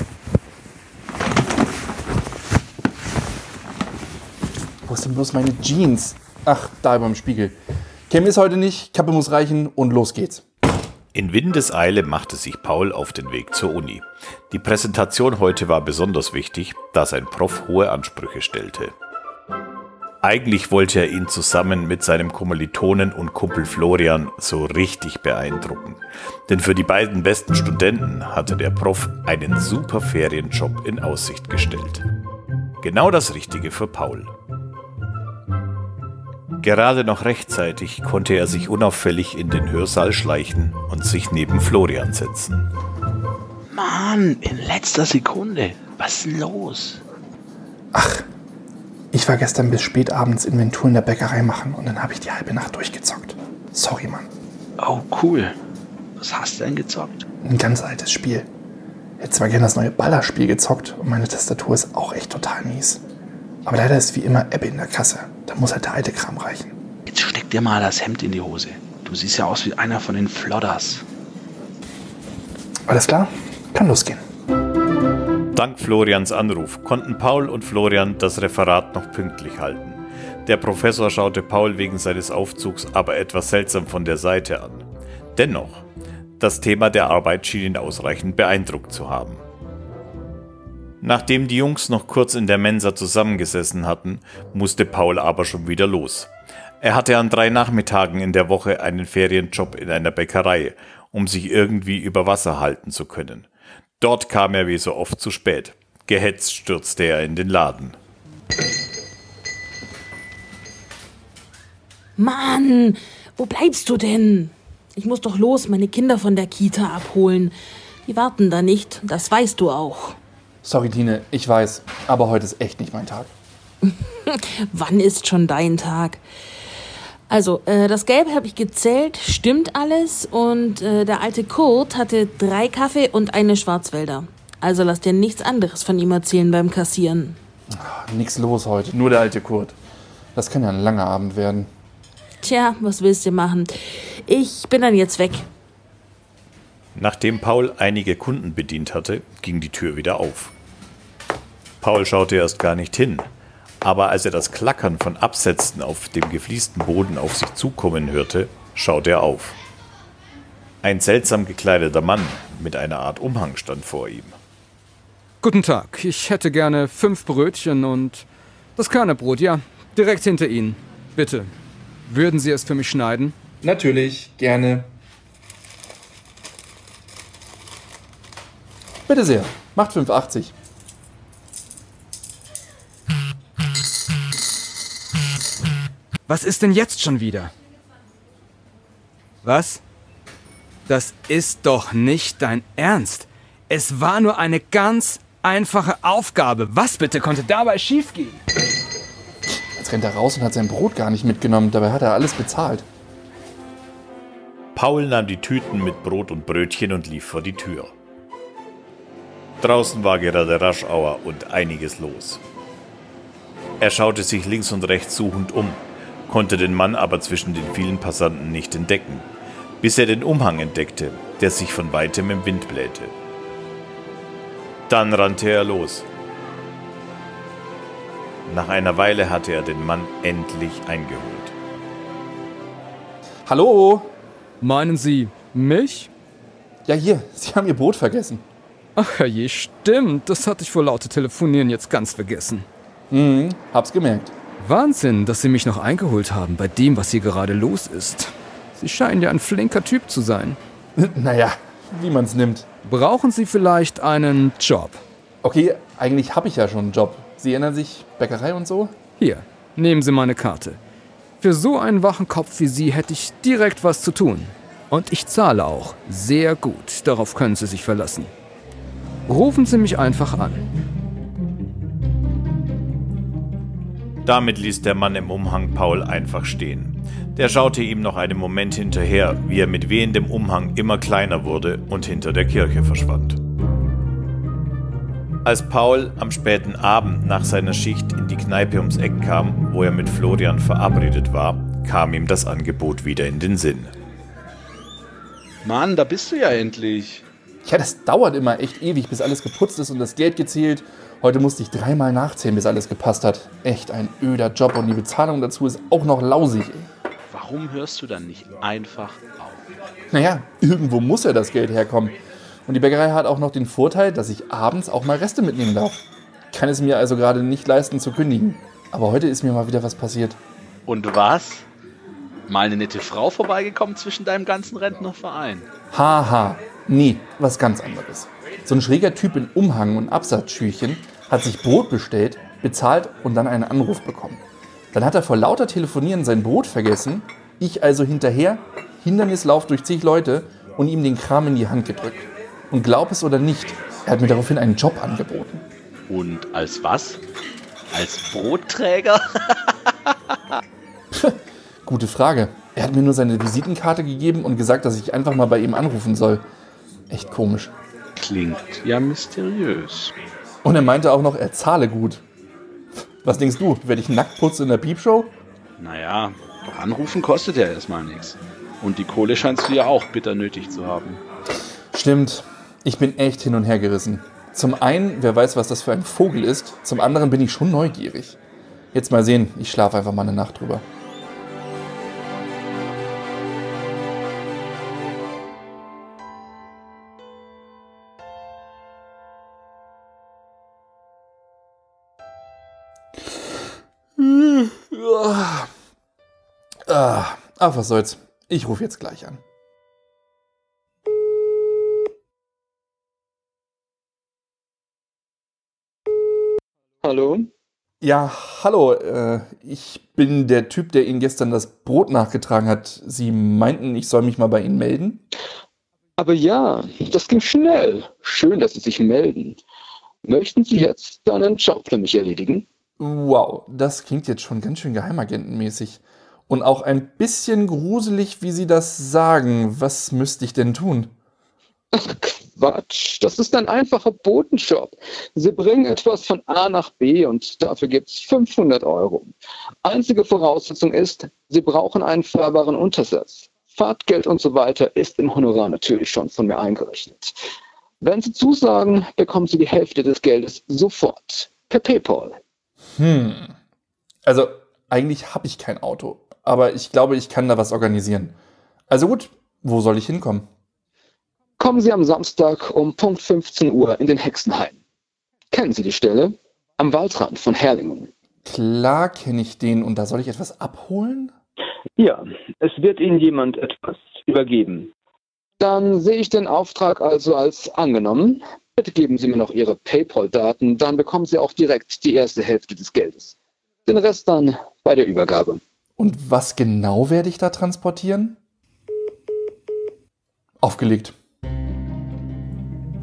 Wo ist denn bloß meine Jeans? Ach, da beim Spiegel. Cam ist heute nicht, Kappe muss reichen und los geht's. In Windeseile machte sich Paul auf den Weg zur Uni. Die Präsentation heute war besonders wichtig, da sein Prof hohe Ansprüche stellte. Eigentlich wollte er ihn zusammen mit seinem Kommilitonen und Kumpel Florian so richtig beeindrucken. Denn für die beiden besten Studenten hatte der Prof einen super Ferienjob in Aussicht gestellt. Genau das Richtige für Paul. Gerade noch rechtzeitig konnte er sich unauffällig in den Hörsaal schleichen und sich neben Florian setzen. Mann, in letzter Sekunde. Was ist denn los? Ach, ich war gestern bis spät abends Inventur in der Bäckerei machen und dann habe ich die halbe Nacht durchgezockt. Sorry, Mann. Oh, cool. Was hast du denn gezockt? Ein ganz altes Spiel. Hätte zwar gerne das neue Ballerspiel gezockt und meine Tastatur ist auch echt total mies. Aber leider ist wie immer Ebbe in der Kasse. Da muss halt der alte Kram reichen. Jetzt steck dir mal das Hemd in die Hose. Du siehst ja aus wie einer von den Flodders. Alles klar? Kann losgehen. Dank Florians Anruf konnten Paul und Florian das Referat noch pünktlich halten. Der Professor schaute Paul wegen seines Aufzugs aber etwas seltsam von der Seite an. Dennoch, das Thema der Arbeit schien ihn ausreichend beeindruckt zu haben. Nachdem die Jungs noch kurz in der Mensa zusammengesessen hatten, musste Paul aber schon wieder los. Er hatte an drei Nachmittagen in der Woche einen Ferienjob in einer Bäckerei, um sich irgendwie über Wasser halten zu können. Dort kam er wie so oft zu spät. Gehetzt stürzte er in den Laden. Mann, wo bleibst du denn? Ich muss doch los meine Kinder von der Kita abholen. Die warten da nicht, das weißt du auch. Sorry, Tine, ich weiß, aber heute ist echt nicht mein Tag. Wann ist schon dein Tag? Also, äh, das Gelb habe ich gezählt, stimmt alles. Und äh, der alte Kurt hatte drei Kaffee und eine Schwarzwälder. Also lass dir nichts anderes von ihm erzählen beim Kassieren. Nix los heute, nur der alte Kurt. Das kann ja ein langer Abend werden. Tja, was willst du machen? Ich bin dann jetzt weg. Nachdem Paul einige Kunden bedient hatte, ging die Tür wieder auf. Paul schaute erst gar nicht hin, aber als er das Klackern von Absätzen auf dem gefliesten Boden auf sich zukommen hörte, schaute er auf. Ein seltsam gekleideter Mann mit einer Art Umhang stand vor ihm. Guten Tag, ich hätte gerne fünf Brötchen und das Körnerbrot, ja, direkt hinter Ihnen. Bitte, würden Sie es für mich schneiden? Natürlich, gerne. Bitte sehr, macht fünf achtzig. Was ist denn jetzt schon wieder? Was? Das ist doch nicht dein Ernst. Es war nur eine ganz einfache Aufgabe. Was bitte konnte dabei schiefgehen? Jetzt rennt er raus und hat sein Brot gar nicht mitgenommen. Dabei hat er alles bezahlt. Paul nahm die Tüten mit Brot und Brötchen und lief vor die Tür. Draußen war gerade Rush-Hour und einiges los. Er schaute sich links und rechts suchend um, konnte den Mann aber zwischen den vielen Passanten nicht entdecken, bis er den Umhang entdeckte, der sich von weitem im Wind blähte. Dann rannte er los. Nach einer Weile hatte er den Mann endlich eingeholt. Hallo? Meinen Sie mich? Ja, hier, Sie haben Ihr Boot vergessen. Ach je, stimmt. Das hatte ich vor lauter Telefonieren jetzt ganz vergessen. Mhm, hab's gemerkt. Wahnsinn, dass Sie mich noch eingeholt haben bei dem, was hier gerade los ist. Sie scheinen ja ein flinker Typ zu sein. Naja, wie man's nimmt. Brauchen Sie vielleicht einen Job? Okay, eigentlich habe ich ja schon einen Job. Sie erinnern sich, Bäckerei und so? Hier, nehmen Sie meine Karte. Für so einen wachen Kopf wie Sie hätte ich direkt was zu tun. Und ich zahle auch sehr gut. Darauf können Sie sich verlassen. Rufen Sie mich einfach an. Damit ließ der Mann im Umhang Paul einfach stehen. Der schaute ihm noch einen Moment hinterher, wie er mit wehendem Umhang immer kleiner wurde und hinter der Kirche verschwand. Als Paul am späten Abend nach seiner Schicht in die Kneipe ums Eck kam, wo er mit Florian verabredet war, kam ihm das Angebot wieder in den Sinn. Mann, da bist du ja endlich. Ja, das dauert immer echt ewig, bis alles geputzt ist und das Geld gezählt. Heute musste ich dreimal nachzählen, bis alles gepasst hat. Echt ein öder Job und die Bezahlung dazu ist auch noch lausig. Ey. Warum hörst du dann nicht einfach auf? Naja, irgendwo muss ja das Geld herkommen. Und die Bäckerei hat auch noch den Vorteil, dass ich abends auch mal Reste mitnehmen darf. Ich kann es mir also gerade nicht leisten zu kündigen. Aber heute ist mir mal wieder was passiert. Und was? Mal eine nette Frau vorbeigekommen zwischen deinem ganzen Rentnerverein? Haha, nee, was ganz anderes. So ein schräger Typ in Umhang und Absatzschürchen hat sich Brot bestellt, bezahlt und dann einen Anruf bekommen. Dann hat er vor lauter Telefonieren sein Brot vergessen, ich also hinterher, Hindernislauf durch zig Leute und ihm den Kram in die Hand gedrückt. Und glaub es oder nicht, er hat mir daraufhin einen Job angeboten. Und als was? Als Brotträger? Gute Frage. Er hat mir nur seine Visitenkarte gegeben und gesagt, dass ich einfach mal bei ihm anrufen soll. Echt komisch. Klingt ja mysteriös. Und er meinte auch noch, er zahle gut. Was denkst du, werde ich nackt putzen in der Piepshow? Naja, doch anrufen kostet ja erstmal nichts. Und die Kohle scheinst du ja auch bitter nötig zu haben. Stimmt. Ich bin echt hin und her gerissen. Zum einen, wer weiß, was das für ein Vogel ist. Zum anderen bin ich schon neugierig. Jetzt mal sehen, ich schlafe einfach mal eine Nacht drüber. Ah, ach, was soll's. Ich rufe jetzt gleich an. Hallo? Ja, hallo. Äh, ich bin der Typ, der Ihnen gestern das Brot nachgetragen hat. Sie meinten, ich soll mich mal bei Ihnen melden? Aber ja, das ging schnell. Schön, dass Sie sich melden. Möchten Sie jetzt einen Job für mich erledigen? Wow, das klingt jetzt schon ganz schön geheimagentenmäßig. Und auch ein bisschen gruselig, wie Sie das sagen. Was müsste ich denn tun? Ach Quatsch, das ist ein einfacher Botenjob. Sie bringen etwas von A nach B und dafür gibt es fünfhundert Euro. Einzige Voraussetzung ist, Sie brauchen einen fahrbaren Untersatz. Fahrtgeld und so weiter ist im Honorar natürlich schon von mir eingerechnet. Wenn Sie zusagen, bekommen Sie die Hälfte des Geldes sofort per PayPal. Hm, also eigentlich habe ich kein Auto, aber ich glaube, ich kann da was organisieren. Also gut, wo soll ich hinkommen? Kommen Sie am Samstag um Punkt fünfzehn Uhr in den Hexenhain. Kennen Sie die Stelle? Am Waldrand von Herrlingen. Klar kenne ich den und da soll ich etwas abholen? Ja, es wird Ihnen jemand etwas übergeben. Dann sehe ich den Auftrag also als angenommen. Bitte geben Sie mir noch Ihre PayPal-Daten, dann bekommen Sie auch direkt die erste Hälfte des Geldes. Den Rest dann bei der Übergabe. Und was genau werde ich da transportieren? Aufgelegt.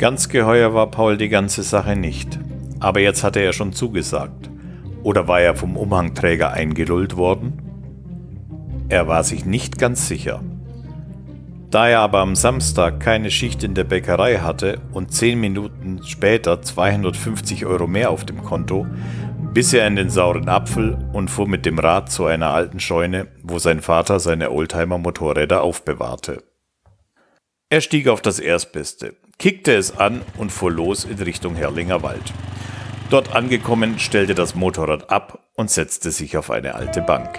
Ganz geheuer war Paul die ganze Sache nicht. Aber jetzt hatte er schon zugesagt. Oder war er vom Umhangträger eingelullt worden? Er war sich nicht ganz sicher. Da er aber am Samstag keine Schicht in der Bäckerei hatte und zehn Minuten später zweihundertfünfzig Euro mehr auf dem Konto, biss er in den sauren Apfel und fuhr mit dem Rad zu einer alten Scheune, wo sein Vater seine Oldtimer-Motorräder aufbewahrte. Er stieg auf das Erstbeste, kickte es an und fuhr los in Richtung Herrlinger Wald. Dort angekommen, stellte das Motorrad ab und setzte sich auf eine alte Bank.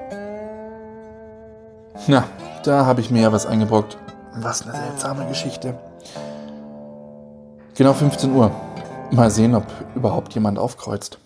Na, da habe ich mir ja was eingebrockt. Was eine seltsame Geschichte. Genau fünfzehn Uhr. Mal sehen, ob überhaupt jemand aufkreuzt.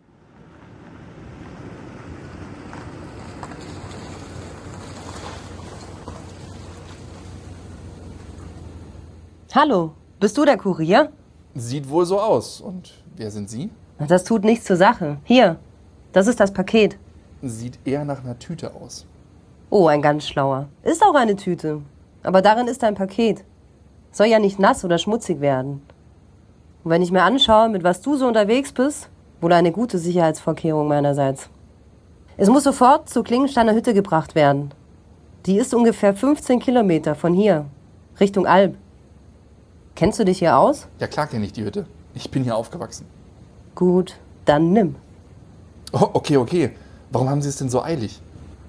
Hallo, bist du der Kurier? Sieht wohl so aus. Und wer sind Sie? Das tut nichts zur Sache. Hier, das ist das Paket. Sieht eher nach einer Tüte aus. Oh, ein ganz schlauer. Ist auch eine Tüte. Aber darin ist ein Paket. Soll ja nicht nass oder schmutzig werden. Und wenn ich mir anschaue, mit was du so unterwegs bist, wohl eine gute Sicherheitsvorkehrung meinerseits. Es muss sofort zur Klingensteiner Hütte gebracht werden. Die ist ungefähr fünfzehn Kilometer von hier, Richtung Alb. Kennst du dich hier aus? Ja, klar kenne ich die Hütte. Ich bin hier aufgewachsen. Gut, dann nimm. Oh, okay, okay. Warum haben Sie es denn so eilig?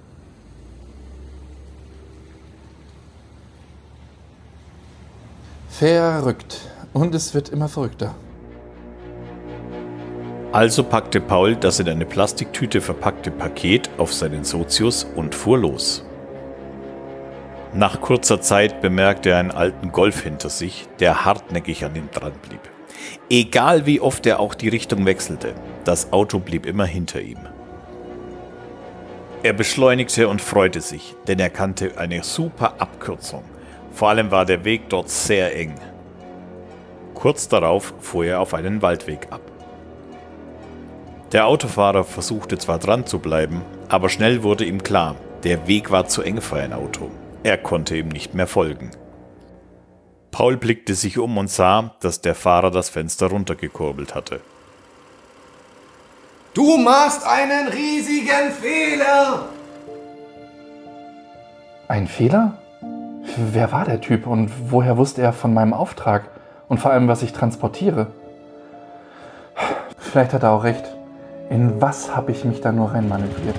Verrückt. Und es wird immer verrückter. Also packte Paul das in eine Plastiktüte verpackte Paket auf seinen Sozius und fuhr los. Nach kurzer Zeit bemerkte er einen alten Golf hinter sich, der hartnäckig an ihm dran blieb. Egal wie oft er auch die Richtung wechselte, das Auto blieb immer hinter ihm. Er beschleunigte und freute sich, denn er kannte eine super Abkürzung. Vor allem war der Weg dort sehr eng. Kurz darauf fuhr er auf einen Waldweg ab. Der Autofahrer versuchte zwar dran zu bleiben, aber schnell wurde ihm klar, der Weg war zu eng für ein Auto. Er konnte ihm nicht mehr folgen. Paul blickte sich um und sah, dass der Fahrer das Fenster runtergekurbelt hatte. Du machst einen riesigen Fehler! Ein Fehler? Wer war der Typ und woher wusste er von meinem Auftrag? Und vor allem, was ich transportiere? Vielleicht hat er auch recht. In was habe ich mich da nur reinmanövriert?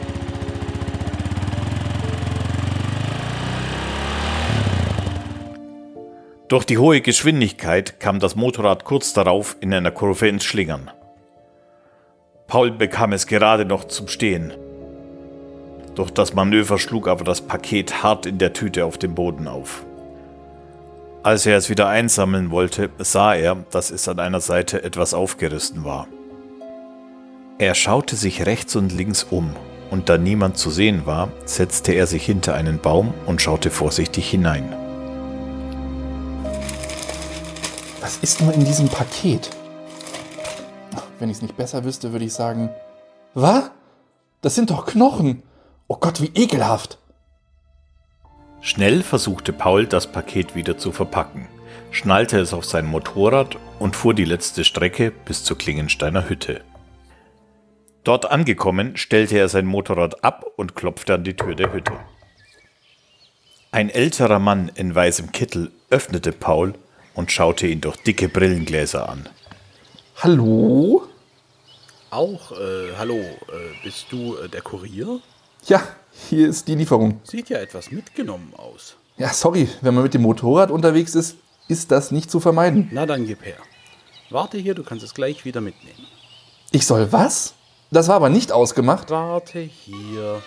Durch die hohe Geschwindigkeit kam das Motorrad kurz darauf in einer Kurve ins Schlingern. Paul bekam es gerade noch zum Stehen. Durch das Manöver schlug aber das Paket hart in der Tüte auf dem Boden auf. Als er es wieder einsammeln wollte, sah er, dass es an einer Seite etwas aufgerissen war. Er schaute sich rechts und links um, und da niemand zu sehen war, setzte er sich hinter einen Baum und schaute vorsichtig hinein. Was ist nur in diesem Paket? Wenn ich es nicht besser wüsste, würde ich sagen, was? Das sind doch Knochen. Oh Gott, wie ekelhaft. Schnell versuchte Paul, das Paket wieder zu verpacken, schnallte es auf sein Motorrad und fuhr die letzte Strecke bis zur Klingensteiner Hütte. Dort angekommen, stellte er sein Motorrad ab und klopfte an die Tür der Hütte. Ein älterer Mann in weißem Kittel öffnete Paul und schaute ihn durch dicke Brillengläser an. Hallo? Auch, äh, hallo, äh, bist du äh, der Kurier? Ja, hier ist die Lieferung. Sieht ja etwas mitgenommen aus. Ja, sorry, wenn man mit dem Motorrad unterwegs ist, ist das nicht zu vermeiden. Na dann gib her. Warte hier, du kannst es gleich wieder mitnehmen. Ich soll was? Das war aber nicht ausgemacht. Warte hier.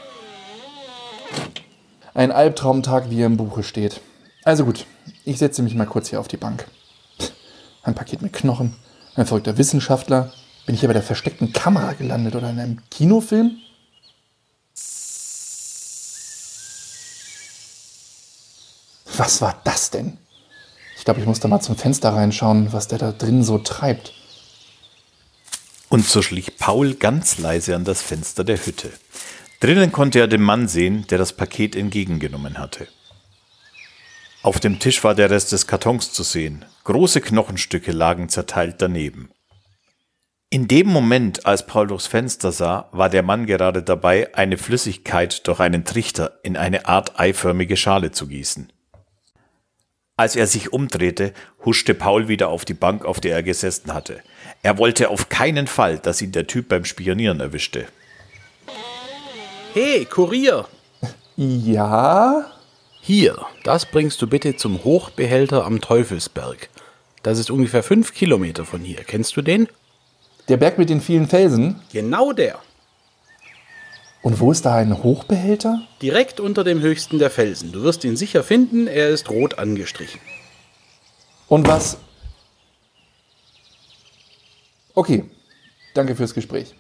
Ein Albtraumtag, wie er im Buche steht. Also gut, ich setze mich mal kurz hier auf die Bank. Ein Paket mit Knochen, ein verrückter Wissenschaftler. Bin ich hier bei der versteckten Kamera gelandet oder in einem Kinofilm? Was war das denn? Ich glaube, ich muss da mal zum Fenster reinschauen, was der da drin so treibt. Und so schlich Paul ganz leise an das Fenster der Hütte. Drinnen konnte er den Mann sehen, der das Paket entgegengenommen hatte. Auf dem Tisch war der Rest des Kartons zu sehen. Große Knochenstücke lagen zerteilt daneben. In dem Moment, als Paul durchs Fenster sah, war der Mann gerade dabei, eine Flüssigkeit durch einen Trichter in eine Art eiförmige Schale zu gießen. Als er sich umdrehte, huschte Paul wieder auf die Bank, auf der er gesessen hatte. Er wollte auf keinen Fall, dass ihn der Typ beim Spionieren erwischte. Hey, Kurier! Ja? Hier, das bringst du bitte zum Hochbehälter am Teufelsberg. Das ist ungefähr fünf Kilometer von hier. Kennst du den? Der Berg mit den vielen Felsen? Genau der. Und wo ist da ein Hochbehälter? Direkt unter dem höchsten der Felsen. Du wirst ihn sicher finden, er ist rot angestrichen. Und was? Okay, danke fürs Gespräch.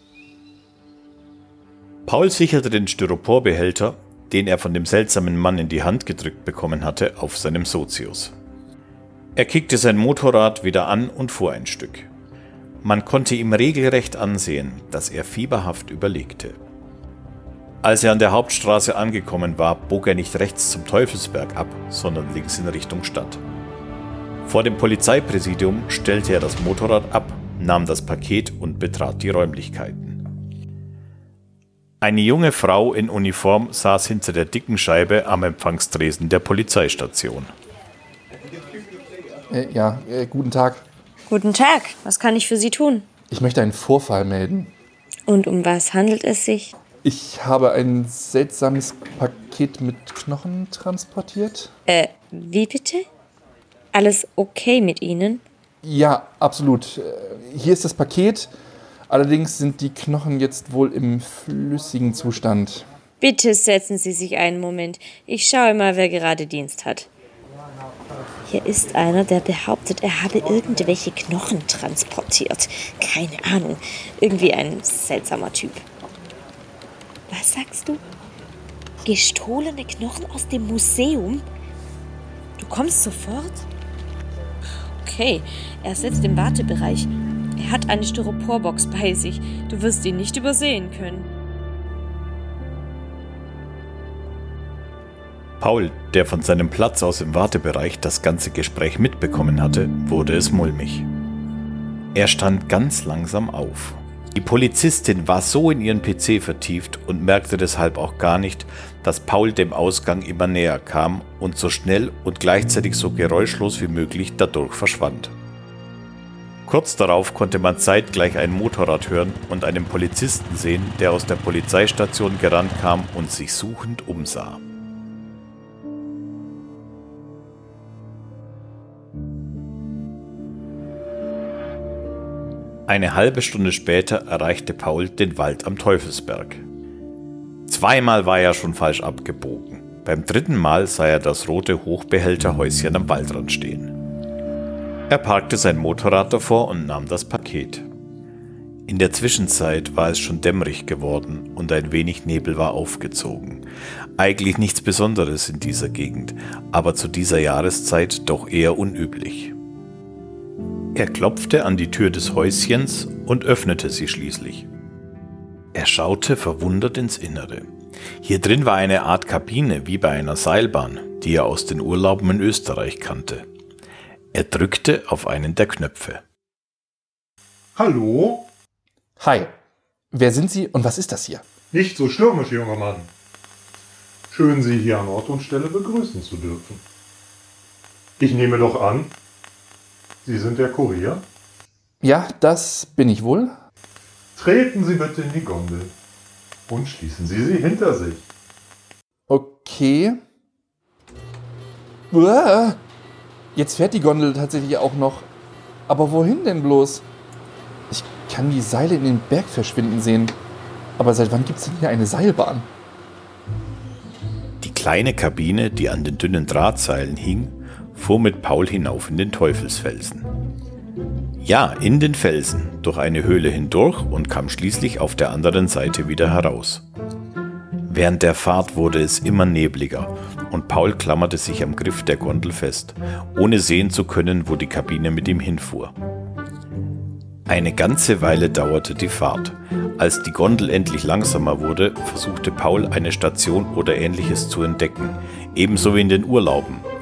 Paul sicherte den Styroporbehälter, den er von dem seltsamen Mann in die Hand gedrückt bekommen hatte, auf seinem Sozius. Er kickte sein Motorrad wieder an und fuhr ein Stück. Man konnte ihm regelrecht ansehen, dass er fieberhaft überlegte. Als er an der Hauptstraße angekommen war, bog er nicht rechts zum Teufelsberg ab, sondern links in Richtung Stadt. Vor dem Polizeipräsidium stellte er das Motorrad ab, nahm das Paket und betrat die Räumlichkeiten. Eine junge Frau in Uniform saß hinter der dicken Scheibe am Empfangstresen der Polizeistation. Äh, ja, äh, guten Tag. Guten Tag, was kann ich für Sie tun? Ich möchte einen Vorfall melden. Und um was handelt es sich? Ich habe ein seltsames Paket mit Knochen transportiert. Äh, wie bitte? Alles okay mit Ihnen? Ja, absolut. Hier ist das Paket. Allerdings sind die Knochen jetzt wohl im flüssigen Zustand. Bitte setzen Sie sich einen Moment. Ich schaue mal, wer gerade Dienst hat. Hier ist einer, der behauptet, er habe irgendwelche Knochen transportiert. Keine Ahnung. Irgendwie ein seltsamer Typ. Was sagst du? Gestohlene Knochen aus dem Museum? Du kommst sofort? Okay, er sitzt im Wartebereich. Er hat eine Styroporbox bei sich. Du wirst ihn nicht übersehen können. Paul, der von seinem Platz aus im Wartebereich das ganze Gespräch mitbekommen hatte, wurde es mulmig. Er stand ganz langsam auf. Die Polizistin war so in ihren P C vertieft und merkte deshalb auch gar nicht, dass Paul dem Ausgang immer näher kam und so schnell und gleichzeitig so geräuschlos wie möglich dadurch verschwand. Kurz darauf konnte man zeitgleich ein Motorrad hören und einen Polizisten sehen, der aus der Polizeistation gerannt kam und sich suchend umsah. Eine halbe Stunde später erreichte Paul den Wald am Teufelsberg. Zweimal war er schon falsch abgebogen. Beim dritten Mal sah er das rote Hochbehälterhäuschen am Waldrand stehen. Er parkte sein Motorrad davor und nahm das Paket. In der Zwischenzeit war es schon dämmerig geworden und ein wenig Nebel war aufgezogen. Eigentlich nichts Besonderes in dieser Gegend, aber zu dieser Jahreszeit doch eher unüblich. Er klopfte an die Tür des Häuschens und öffnete sie schließlich. Er schaute verwundert ins Innere. Hier drin war eine Art Kabine wie bei einer Seilbahn, die er aus den Urlauben in Österreich kannte. Er drückte auf einen der Knöpfe. Hallo? Hi. Wer sind Sie und was ist das hier? Nicht so stürmisch, junger Mann. Schön, Sie hier an Ort und Stelle begrüßen zu dürfen. Ich nehme doch an, Sie sind der Kurier? Ja, das bin ich wohl. Treten Sie bitte in die Gondel und schließen Sie sie hinter sich. Okay. Uah. Jetzt fährt die Gondel tatsächlich auch noch. Aber wohin denn bloß? Ich kann die Seile in den Berg verschwinden sehen. Aber seit wann gibt es denn hier eine Seilbahn? Die kleine Kabine, die an den dünnen Drahtseilen hing, fuhr mit Paul hinauf in den Teufelsfelsen. Ja, in den Felsen, durch eine Höhle hindurch und kam schließlich auf der anderen Seite wieder heraus. Während der Fahrt wurde es immer nebliger und Paul klammerte sich am Griff der Gondel fest, ohne sehen zu können, wo die Kabine mit ihm hinfuhr. Eine ganze Weile dauerte die Fahrt. Als die Gondel endlich langsamer wurde, versuchte Paul eine Station oder Ähnliches zu entdecken, ebenso wie in den Urlauben,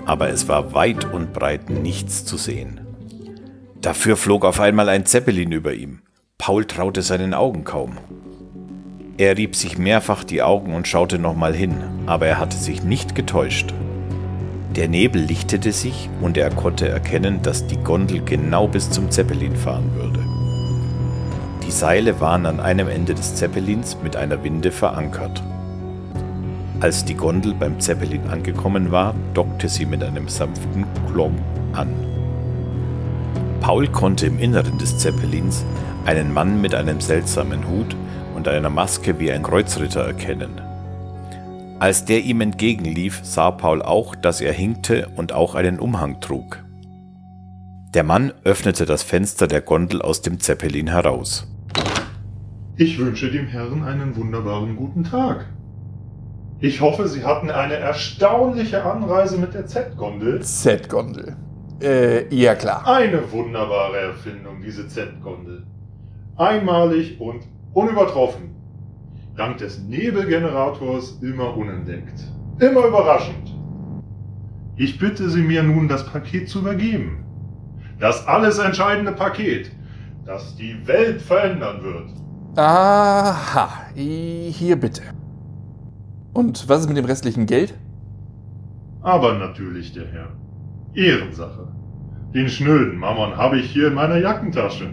aber es war weit und breit nichts zu sehen. Dafür flog auf einmal ein Zeppelin über ihm. Paul traute seinen Augen kaum. Er rieb sich mehrfach die Augen und schaute nochmal hin, aber er hatte sich nicht getäuscht. Der Nebel lichtete sich und er konnte erkennen, dass die Gondel genau bis zum Zeppelin fahren würde. Die Seile waren an einem Ende des Zeppelins mit einer Winde verankert. Als die Gondel beim Zeppelin angekommen war, dockte sie mit einem sanften Klong an. Paul konnte im Inneren des Zeppelins einen Mann mit einem seltsamen Hut und einer Maske wie ein Kreuzritter erkennen. Als der ihm entgegenlief, sah Paul auch, dass er hinkte und auch einen Umhang trug. Der Mann öffnete das Fenster der Gondel aus dem Zeppelin heraus. Ich wünsche dem Herrn einen wunderbaren guten Tag. Ich hoffe, Sie hatten eine erstaunliche Anreise mit der Z-Gondel. Z-Gondel. Äh, ja klar. Eine wunderbare Erfindung, diese Z-Gondel. Einmalig und unübertroffen. Dank des Nebelgenerators immer unentdeckt. Immer überraschend. Ich bitte Sie mir nun, das Paket zu übergeben. Das alles entscheidende Paket, das die Welt verändern wird. Aha, hier bitte. Und was ist mit dem restlichen Geld? Aber natürlich, der Herr. Ehrensache. Den schnöden Mammon habe ich hier in meiner Jackentasche.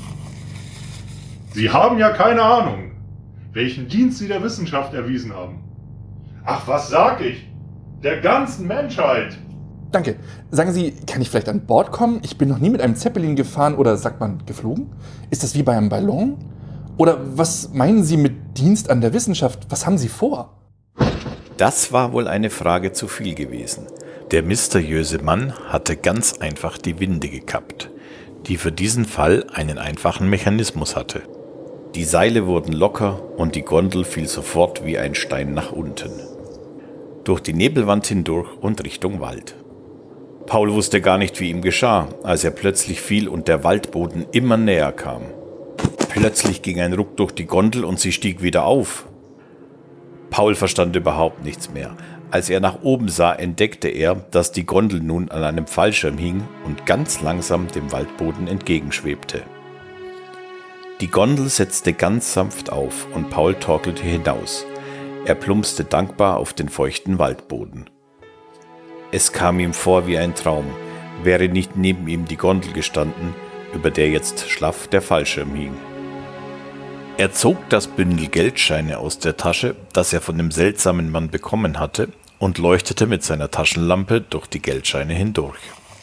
Sie haben ja keine Ahnung, welchen Dienst Sie der Wissenschaft erwiesen haben. Ach, was sag ich? Der ganzen Menschheit. Danke. Sagen Sie, kann ich vielleicht an Bord kommen? Ich bin noch nie mit einem Zeppelin gefahren oder, sagt man, geflogen? Ist das wie bei einem Ballon? Oder was meinen Sie mit Dienst an der Wissenschaft? Was haben Sie vor? Das war wohl eine Frage zu viel gewesen. Der mysteriöse Mann hatte ganz einfach die Winde gekappt, die für diesen Fall einen einfachen Mechanismus hatte. Die Seile wurden locker und die Gondel fiel sofort wie ein Stein nach unten. Durch die Nebelwand hindurch und Richtung Wald. Paul wusste gar nicht, wie ihm geschah, als er plötzlich fiel und der Waldboden immer näher kam. Plötzlich ging ein Ruck durch die Gondel und sie stieg wieder auf. Paul verstand überhaupt nichts mehr. Als er nach oben sah, entdeckte er, dass die Gondel nun an einem Fallschirm hing und ganz langsam dem Waldboden entgegenschwebte. Die Gondel setzte ganz sanft auf und Paul torkelte hinaus. Er plumpste dankbar auf den feuchten Waldboden. Es kam ihm vor wie ein Traum, wäre nicht neben ihm die Gondel gestanden, über der jetzt schlaff der Fallschirm hing. Er zog das Bündel Geldscheine aus der Tasche, das er von dem seltsamen Mann bekommen hatte, und leuchtete mit seiner Taschenlampe durch die Geldscheine hindurch.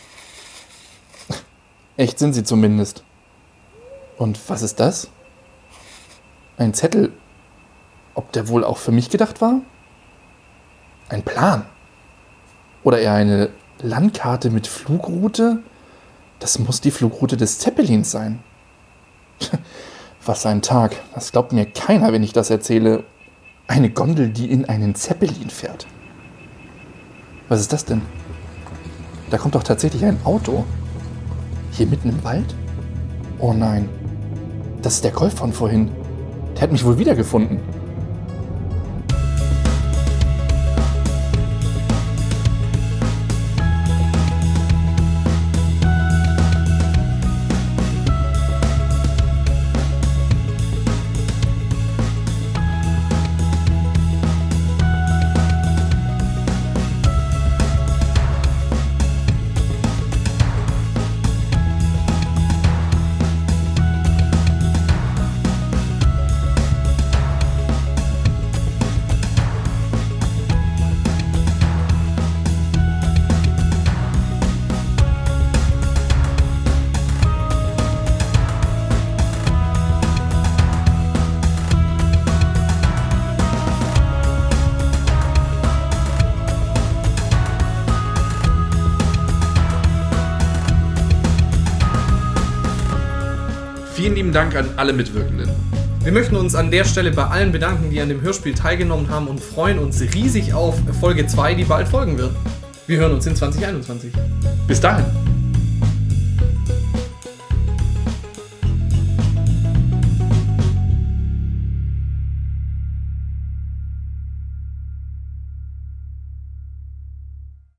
Echt sind sie zumindest. Und was ist das? Ein Zettel. Ob der wohl auch für mich gedacht war? Ein Plan. Oder eher eine Landkarte mit Flugroute? Das muss die Flugroute des Zeppelins sein. Was ein Tag. Das glaubt mir keiner, wenn ich das erzähle. Eine Gondel, die in einen Zeppelin fährt. Was ist das denn? Da kommt doch tatsächlich ein Auto. Hier mitten im Wald? Oh nein. Das ist der Golf von vorhin. Der hat mich wohl wiedergefunden. Vielen lieben Dank an alle Mitwirkenden. Wir möchten uns an der Stelle bei allen bedanken, die an dem Hörspiel teilgenommen haben und freuen uns riesig auf Folge zwei, die bald folgen wird. Wir hören uns in zwanzig einundzwanzig. Bis dahin.